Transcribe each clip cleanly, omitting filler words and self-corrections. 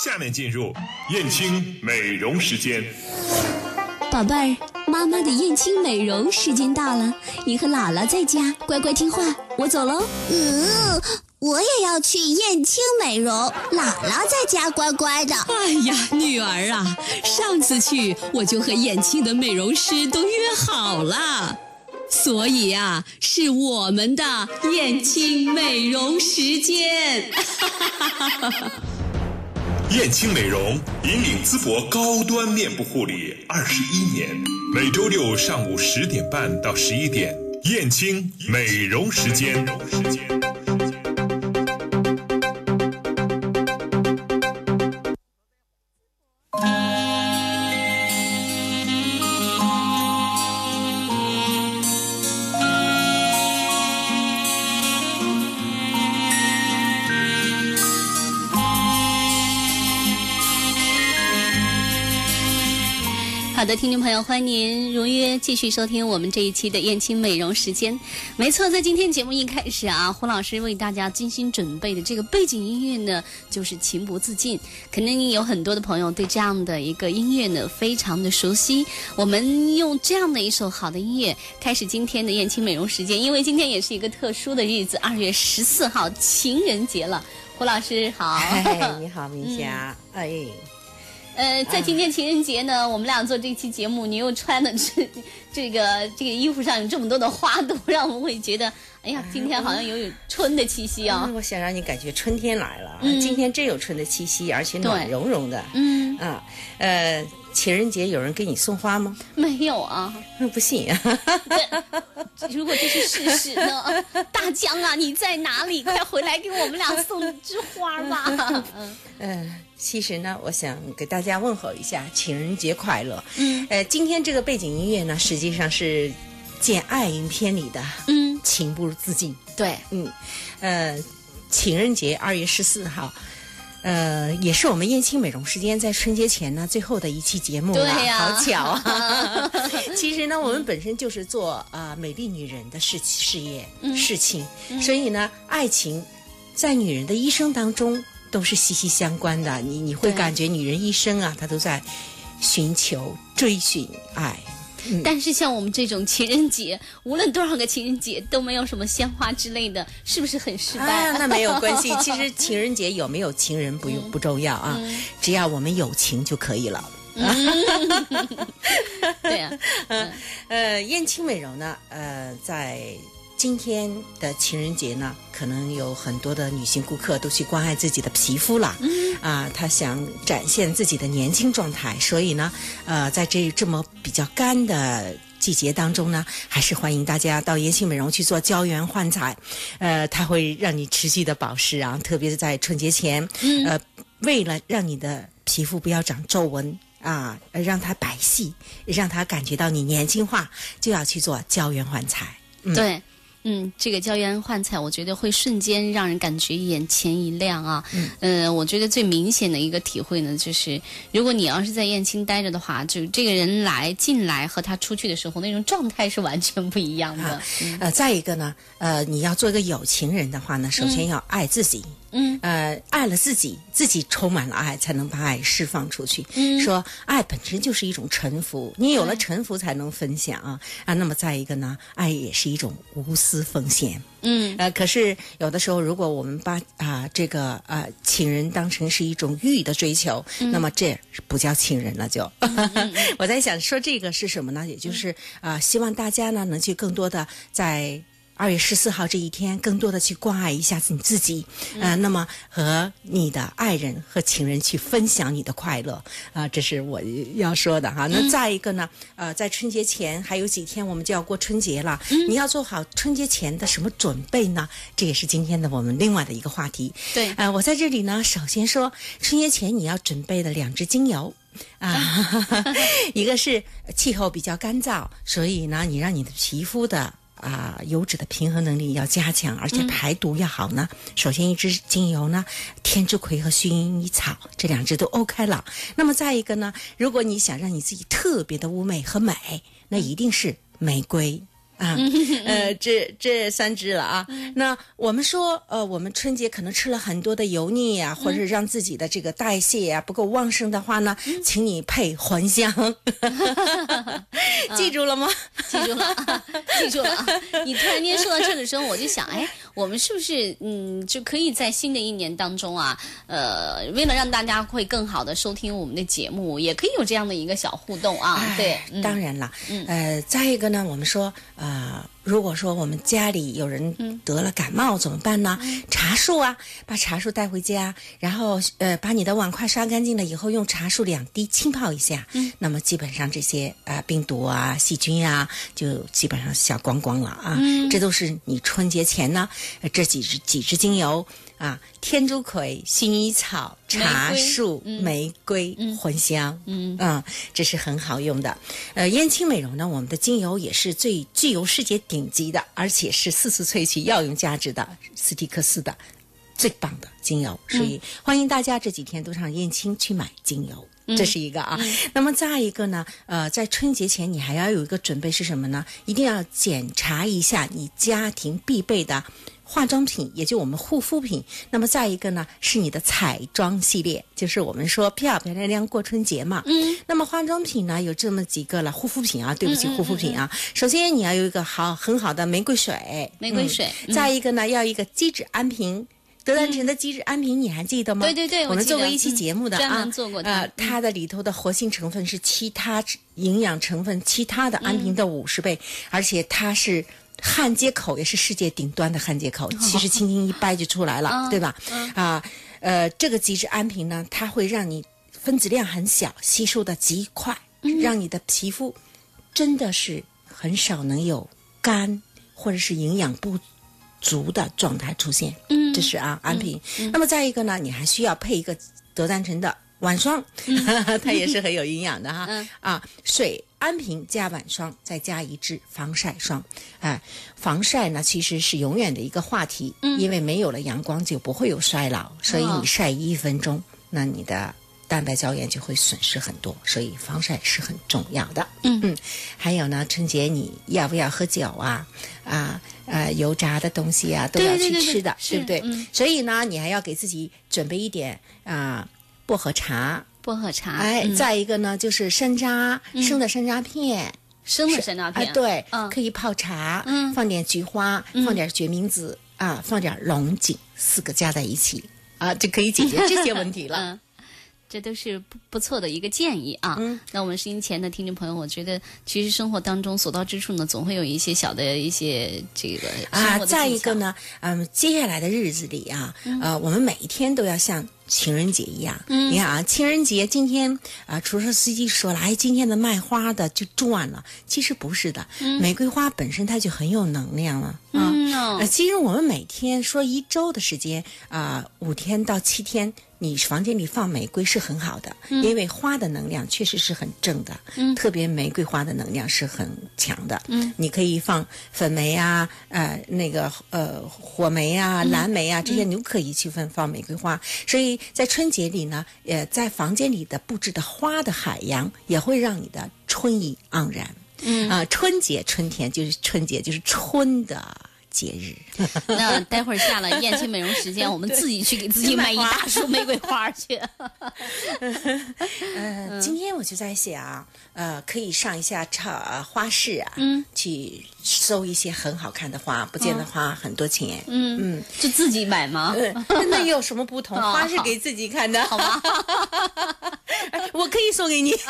下面进入燕青美容时间。 宝贝儿，妈妈的燕青美容时间到了，你和姥姥在家乖乖听话，我走喽。 我也要去燕青美容，姥姥在家乖乖的。 哎呀，女儿啊，上次去我就和燕青的美容师都约好了，所以啊，是我们的燕青美容时间。 燕青美容引领淄博高端面部护理21年，每周六上午10点半到11点，燕青美容时间。 好的，听众朋友，欢迎您如约继续收听我们这一期的燕青美容时间。没错，在今天节目一开始啊，胡老师为大家精心准备的这个背景音乐呢，就是情不自禁。肯定有很多的朋友对这样的一个音乐呢非常的熟悉。我们用这样的一首好的音乐开始今天的燕青美容时间，因为今天也是一个特殊的日子，2月14号情人节了。胡老师好。 你好，明霞。 在今天情人节呢，我们俩做这期节目，你又穿的这个衣服上有这么多的花朵，让我们会觉得，哎呀，今天好像有春的气息啊。 我想让你感觉春天来了，今天真有春的气息，而且暖融融的。情人节有人给你送花吗？ 没有啊。 不信啊。 如果这是事实呢？大江啊，你在哪里？快回来给我们俩送枝花吧。 其实呢，我想给大家问候一下，情人节快乐。今天这个背景音乐呢，实际上是《见爱影片》里的情不自禁。 对， 情人节2月14号。也是我们燕青美容时间在春节前呢最后的一期节目了。 对呀， 好巧啊。其实呢，我们本身就是做美丽女人的事业事情，所以呢，爱情在女人的一生当中都是息息相关的。你会感觉女人一生啊，她都在寻求追寻爱。 但是像我们这种情人节，无论多少个情人节都没有什么鲜花之类的，是不是很失败？ 那没有关系。其实情人节有没有情人不重要啊，只要我们有情就可以了。 对呀。 燕青美容呢，在今天的情人节呢，可能有很多的女性顾客都去关爱自己的皮肤了。她想展现自己的年轻状态，所以呢，在这么比较干的季节当中呢，还是欢迎大家到燕青美容去做胶原焕彩。它会让你持续的保湿啊，特别是在春节前。为了让你的皮肤不要长皱纹啊，让它白皙，让它感觉到你年轻化，就要去做胶原焕彩。 对。这个胶原焕彩，我觉得会瞬间让人感觉眼前一亮啊。我觉得最明显的一个体会呢，就是如果你要是在燕青待着的话，就这个人进来和他出去的时候，那种状态是完全不一样的。 再一个呢，你要做一个有情人的话呢，首先要爱自己。爱了自己充满了爱，才能把爱释放出去。说爱本身就是一种臣服，你有了臣服才能分享啊。那么再一个呢，爱也是一种无私奉献。可是有的时候，如果我们把这个情人当成是一种欲的追求，那么这不叫情人了就。我在想说这个是什么呢？也就是希望大家呢能去更多的在2月14号这一天，更多的去关爱一下你自己，那么和你的爱人和情人去分享你的快乐这是我要说的哈。那再一个呢，在春节前还有几天，我们就要过春节了，你要做好春节前的什么准备呢？这也是今天的我们另外的一个话题。 对， 我在这里呢，首先说春节前你要准备的2支精油。一个是气候比较干燥，所以呢，你让你的皮肤的油脂的平衡能力要加强，而且排毒要好呢。首先一支精油呢，天竺葵和薰衣草这2支都 OK 了。那么再一个呢，如果你想让你自己特别的妩媚和美，那一定是玫瑰这3支了啊。那我们说，我们春节可能吃了很多的油腻啊，或者是让自己的这个代谢啊不够旺盛的话呢，请你配茴香。记住了吗？ 记住了，记住了。你突然间说到这的时候，我就想，我们是不是就可以在新的一年当中啊，为了让大家会更好的收听我们的节目，也可以有这样的一个小互动啊。对， 当然了，再一个呢，我们说，如果说我们家里有人得了感冒怎么办呢？茶树啊，把茶树带回家，然后把你的碗筷刷干净了以后，用茶树2滴浸泡一下，那么基本上这些病毒啊、细菌啊，就基本上消光光了啊。这都是你春节前呢，这几支精油啊，天竺葵、薰衣草、茶树、玫瑰、茴香，这是很好用的。燕青美容呢，我们的精油也是最具有世界顶级的，而且是4次萃取药用价值的斯蒂克斯的最棒的精油，所以欢迎大家这几天都上燕青去买精油。这是一个啊，那么再一个呢，在春节前你还要有一个准备是什么呢？一定要检查一下你家庭必备的化妆品，也就我们护肤品。那么再一个呢，是你的彩妆系列，就是我们说漂漂亮亮过春节嘛。那么化妆品呢有这么几个了，护肤品啊，对不起，护肤品啊。首先你要有一个很好的玫瑰水，再一个呢要一个肌脂安瓶。德兰城的肌脂安瓶你还记得吗？ 对， 我们做过一期节目的专门做过它。 它的里头的活性成分是其他营养成分其他的安瓶的50倍，而且它是焊接口，也是世界顶端的焊接口，其实轻轻一掰就出来了，对吧？这个肌脂安瓶呢，它会让你分子量很小，吸收的极快，让你的皮肤真的是很少能有干或者是营养不足的状态出现。这是安瓶。那么再一个呢，你还需要配一个德丹城的晚霜，它也是很有营养的哈。水安瓶加晚霜，再加一支防晒霜。防晒呢其实是永远的一个话题，因为没有了阳光就不会有衰老，所以你晒1分钟，那你的蛋白胶原就会损失很多，所以防晒是很重要的。还有呢，春节你要不要喝酒啊？油炸的东西啊都要去吃的，对不对？所以呢，你还要给自己准备一点薄荷茶。再一个呢，就是山楂，生的山楂片。对，可以泡茶，放点菊花，放点决明子放点龙井，4个加在一起就可以解决这些问题了。 这都是不错的一个建议啊。那我们收音前的听众朋友，我觉得其实生活当中所到之处呢，总会有一些小的一些这个生活的技巧。再一个呢，接下来的日子里我们每一天都要像情人节一样。你看情人节今天出租车司机说了，今天的卖花的就赚了，其实不是的。玫瑰花本身它就很有能量了其实我们每天说1周的时间5天到7天。你房间里放玫瑰是很好的，因为花的能量确实是很正的，特别玫瑰花的能量是很强的。你可以放粉梅火梅蓝莓这些你都可以去放玫瑰花。所以在春节里呢，在房间里的布置的花的海洋，也会让你的春意盎然。春天就是春节，就是春的节日。 那待会儿下了燕青美容时间，我们自己去给自己买一大束玫瑰花去。 今天我就在想可以上一下花市去搜一些很好看的花，不见得花很多钱。 就自己买吗？ 那有什么不同？花是给自己看的， 好吗？ 我可以送给你。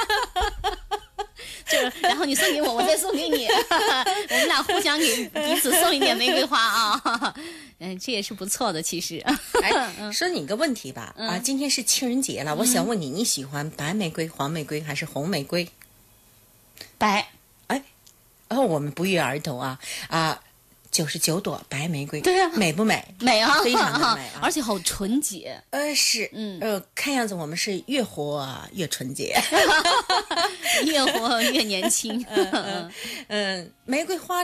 然后你送给我，我再送给你，我们俩互相给彼此送一点玫瑰花这也是不错的。其实说你个问题吧今天是情人节了，我想问你，你喜欢白玫瑰、黄玫瑰还是红玫瑰？ 白。 我们不约而同99朵白玫瑰， 对美不美？ 美非常的美而且好纯洁。 是，看样子我们是越活越纯洁， 越活越年轻。 玫瑰花呢，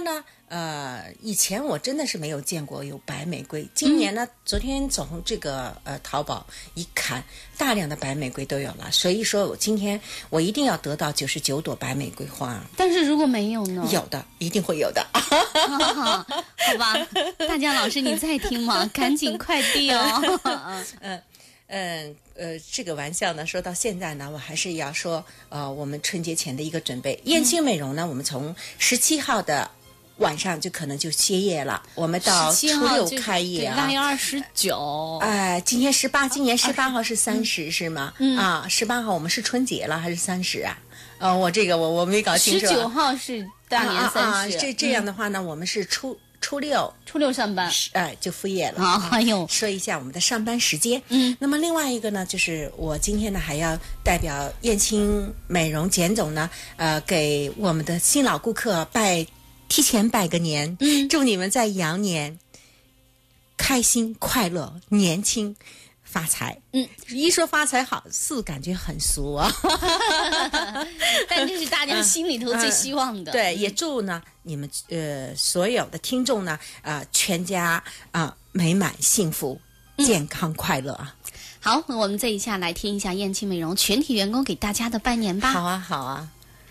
以前我真的是没有见过有白玫瑰。今年呢，昨天从这个淘宝一看，大量的白玫瑰都有了，所以说我今天我一定要得到99朵白玫瑰花。 但是如果没有呢？ 有的，一定会有的。 好吧，大家老师你在听吗？赶紧快递哦。 这个玩笑呢，说到现在呢，我还是要说，我们春节前的一个准备。燕青美容呢，我们从17号的晚上就可能就歇业了，我们到初6开业啊。 腊月29。 今年18号是30是吗？18号我们是春节了还是30啊？我没搞清楚。 19号是大年30。 这样的话呢，我们是初六上班，就复业了。 哎呦， 说一下我们的上班时间。那么另外一个呢，就是我今天呢还要代表燕青美容简总呢，给我们的新老顾客提前拜个年，祝你们在羊年开心快乐，年轻发财。一说发财好似感觉很俗啊。 但这是大家心里头最希望的。 对，也祝呢你们所有的听众呢全家美满幸福健康快乐啊。 好，我们这一下来听一下燕青美容全体员工给大家的拜年吧。 好啊。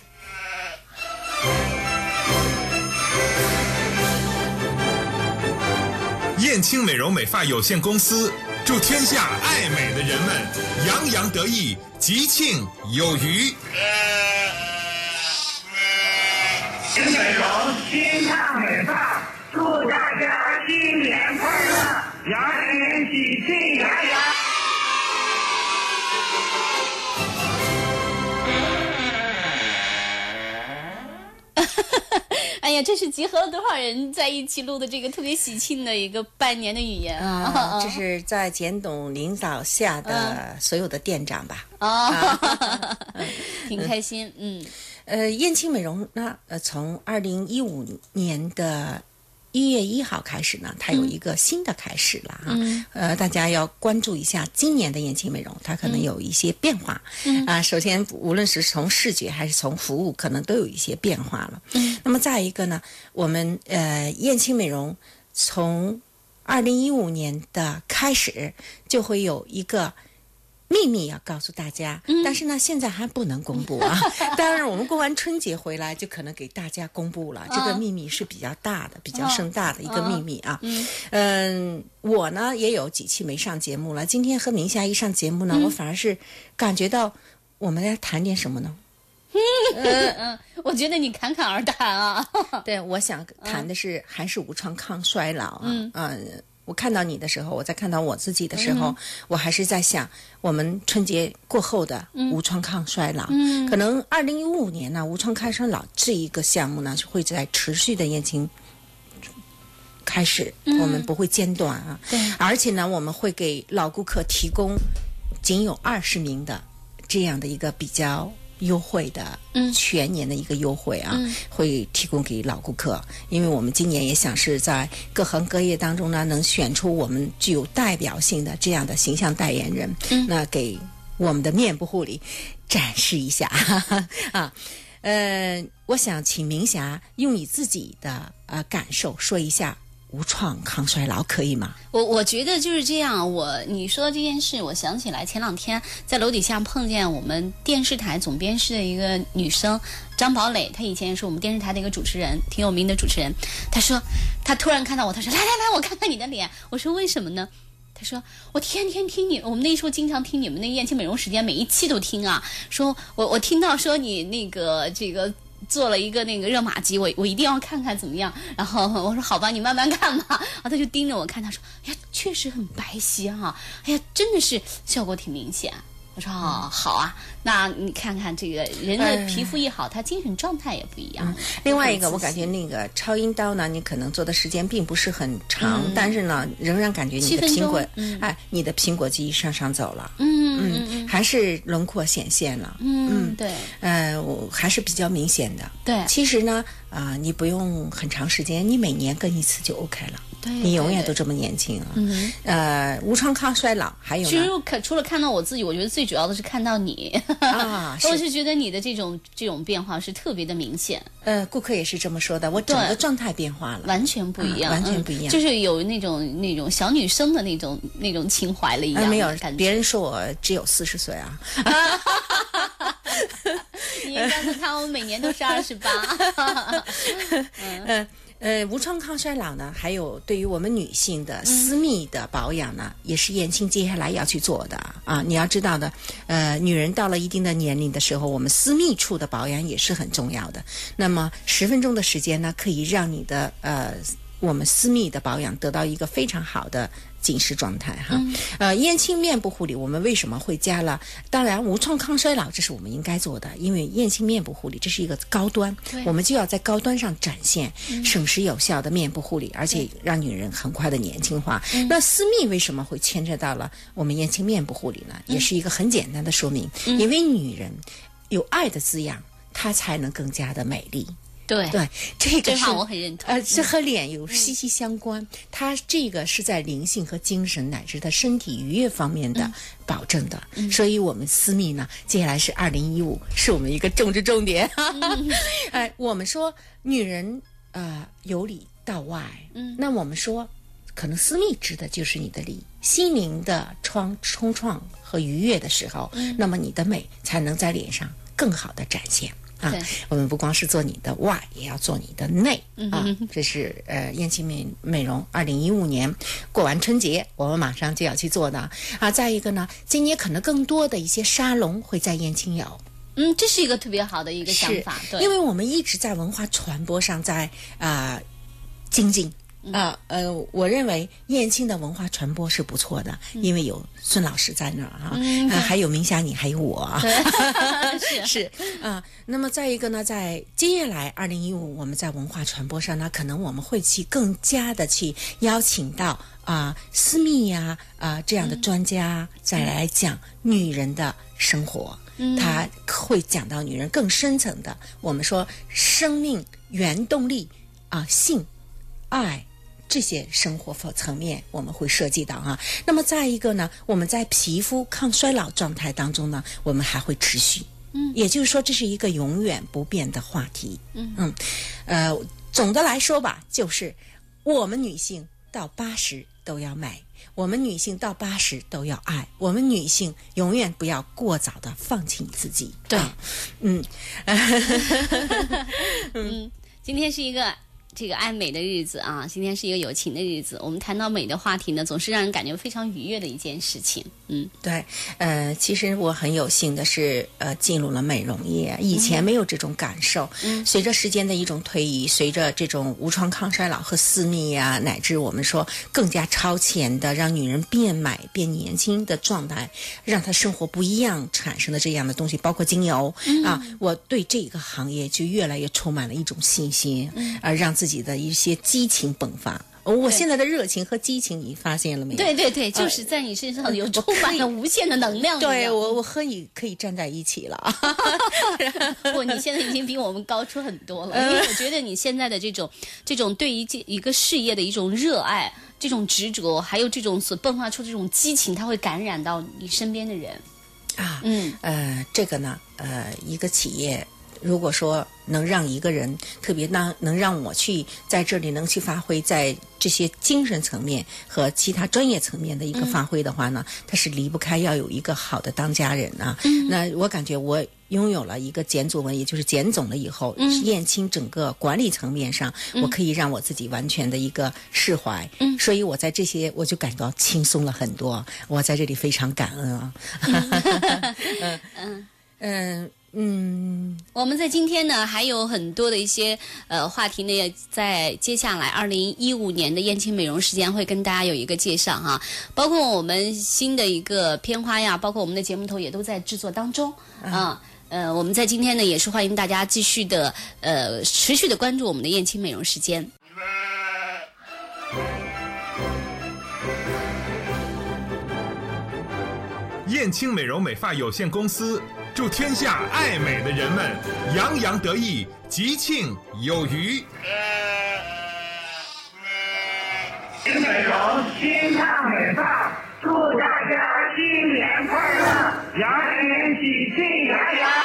燕青美容美发有限公司祝天下爱美的人们洋洋得意，吉庆有余。 新美容新烫美发，祝大家新年快乐，羊年喜气洋洋。 哎呀，这是集合了多少人在一起录的这个特别喜庆的一个拜年的语言啊！这是在简董领导下的所有的店长吧？ 挺开心。 燕青美容呢，从2015年的1月1号开始呢，它有一个新的开始了大家要关注一下今年的燕青美容，它可能有一些变化。首先无论是从视觉还是从服务，可能都有一些变化了。那么再一个呢，我们燕青美容从2015年的开始就会有一个秘密要告诉大家，但是呢现在还不能公布啊。当然我们过完春节回来就可能给大家公布了，这个秘密是比较大的比较盛大的一个秘密啊。我呢也有几期没上节目了，今天和明霞一上节目呢，我反而是感觉到我们来谈点什么呢？ 我觉得你侃侃而谈啊。 对，我想谈的是还是无创抗衰老啊。我看到你的时候，我在看到我自己的时候，我还是在想我们春节过后的无创抗衰老。可能2015年呢，无创抗衰老这一个项目呢，会在持续的燕青开始，我们不会间断啊。 对， 而且呢，我们会给老顾客提供仅有20名的这样的一个比较优惠的全年的一个优惠啊，会提供给老顾客。因为我们今年也想是在各行各业当中呢，能选出我们具有代表性的这样的形象代言人，那给我们的面部护理展示一下啊。我想请明霞用你自己的感受说一下无创抗衰老，可以吗？ 我觉得就是这样。你说这件事，我想起来前2天在楼底下碰见我们电视台总编室的一个女生张宝磊，她以前也是我们电视台的一个主持人，挺有名的主持人。她说她突然看到我，她说来，我看看你的脸。我说为什么呢？她说我天天听你，我们那时候经常听你们那个燕青美容时间，每一期都听啊。说我听到说你那个这个做了一个那个热玛吉，我一定要看看怎么样。然后我说好吧，你慢慢看吧。然后他就盯着我看，他说哎呀确实很白皙啊，哎呀真的是效果挺明显。我说好啊，那你看看这个人的皮肤一好，他精神状态也不一样。 另外一个我感觉那个超音刀呢，你可能做的时间并不是很长，但是呢仍然感觉你的苹果你的苹果肌上走了，还是轮廓显现了， 对， 我还是比较明显的。 对， 其实呢你不用很长时间，你每年跟一次就 OK 了。 对， 你永远都这么年轻啊。无创抗衰老，还有呢， 其实除了看到我自己，我觉得最主要的是看到你啊， 我是觉得你的这种变化是特别的明显。 顾客也是这么说的，我整个状态变化了， 完全不一样， 完全不一样， 就是有那种小女生的那种情怀了一样。 没有，别人说我只有40岁啊。 你告诉他，我每年都是28。 无创抗衰老呢，还有对于我们女性的私密的保养呢，也是燕青接下来要去做的啊。你要知道的，女人到了一定的年龄的时候，我们私密处的保养也是很重要的。那么10分钟的时间呢，可以让你的我们私密的保养得到一个非常好的紧实状态哈。燕青面部护理我们为什么会加了？当然无创抗衰老这是我们应该做的，因为燕青面部护理这是一个高端，我们就要在高端上展现省时有效的面部护理，而且让女人很快的年轻化。那私密为什么会牵扯到了我们燕青面部护理呢？也是一个很简单的说明，因为女人有爱的滋养，她才能更加的美丽。 对， 这话我很认同。 这和脸有息息相关。它这个是在灵性和精神乃至她身体愉悦方面的保证的。所以我们私密呢，接下来是2015，是我们一个重点。我们说女人由里到外，那我们说可能私密指的就是你的里，心灵的冲撞和愉悦的时候，那么你的美才能在脸上更好的展现。我们不光是做你的外，也要做你的内这是燕青美容2015年过完春节，我们马上就要去做的再一个呢，今年可能更多的一些沙龙会在燕青有。 这是一个特别好的一个想法，对， 因为我们一直在文化传播上在精进。我认为燕青的文化传播是不错的，因为有孙老师在那儿还有明霞你，还有我是那么再一个呢，在接下来2015我们在文化传播上呢，可能我们会去更加的去邀请到私密这样的专家再来讲女人的生活。他会讲到女人更深层的，我们说生命原动力性爱这些生活层面我们会涉及到那么再一个呢，我们在皮肤抗衰老状态当中呢，我们还会持续。也就是说这是一个永远不变的话题。总的来说吧，就是我们女性到80都要美，我们女性到80都要爱，我们女性永远不要过早的放弃自己。 对，今天是一个这个爱美的日子今天是一个有情的日子。我们谈到美的话题呢，总是让人感觉非常愉悦的一件事情。 对，其实我很有幸的是进入了美容业，以前没有这种感受。随着时间的一种推移，随着这种无创抗衰老和私密乃至我们说更加超前的让女人变美变年轻的状态，让她生活不一样产生的这样的东西，包括精油我对这个行业就越来越充满了一种信心，让自己的一些激情迸发。我现在的热情和激情你发现了没有？ 对，就是在你身上有充满了无限的能量。 对，我和你可以站在一起了。 你现在已经比我们高出很多了。因为我觉得你现在的这种对于一个事业的一种热爱，这种执着，还有这种所迸发出这种激情，它会感染到你身边的人这个呢一个企业如果说能让一个人特别能让我去在这里能去发挥在这些精神层面和其他专业层面的一个发挥的话呢，它是离不开要有一个好的当家人那我感觉我拥有了一个简总文，也就是简总了以后，燕青整个管理层面上我可以让我自己完全的一个释怀所以我在这些我就感到轻松了很多，我在这里非常感恩我们在今天呢还有很多的一些话题呢，在接下来2015年的燕青美容时间会跟大家有一个介绍包括我们新的一个片花呀，包括我们的节目头也都在制作当中我们在今天呢也是欢迎大家继续的持续的关注我们的燕青美容时间。 燕青美容美发有限公司祝天下爱美的人们洋洋得意，吉庆有余。 美容新唱美发，祝大家新年快乐，羊年喜气洋洋。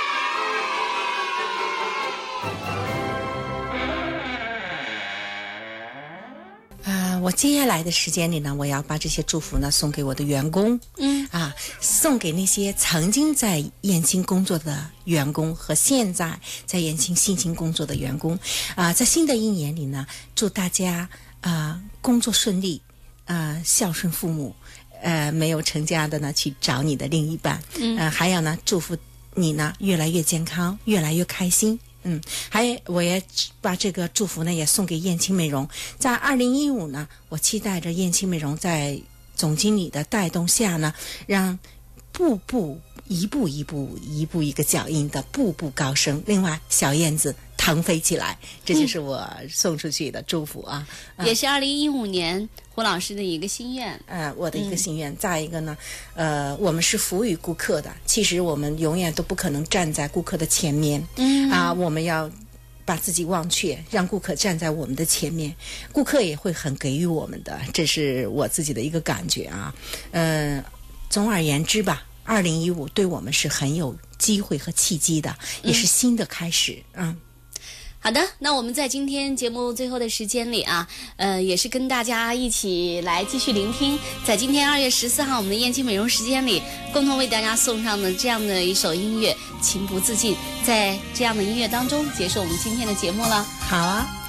我接下来的时间里呢，我要把这些祝福呢送给我的员工，送给那些曾经在燕青工作的员工和现在在燕青辛勤工作的员工，在新的一年里呢，祝大家工作顺利，孝顺父母，没有成家的呢去找你的另一半，还有呢，祝福你呢越来越健康，越来越开心。我也把这个祝福呢也送给燕青美容。在2015呢，我期待着燕青美容在总经理的带动下呢，让一步一个脚印的步步高升。另外，小燕子腾飞起来，这就是我送出去的祝福啊！ 也是2015年胡老师的一个心愿。 我的一个心愿。再一个呢，我们是服务于顾客的，其实我们永远都不可能站在顾客的前面。我们要把自己忘却，让顾客站在我们的前面，顾客也会很给予我们的，这是我自己的一个感觉啊。总而言之吧，2015对我们是很有机会和契机的，也是新的开始。 好的，那我们在今天节目最后的时间里啊，也是跟大家一起来继续聆听，在今天2月14号我们的燕青美容时间里，共同为大家送上的这样的一首音乐《情不自禁》，在这样的音乐当中结束我们今天的节目了。 好啊。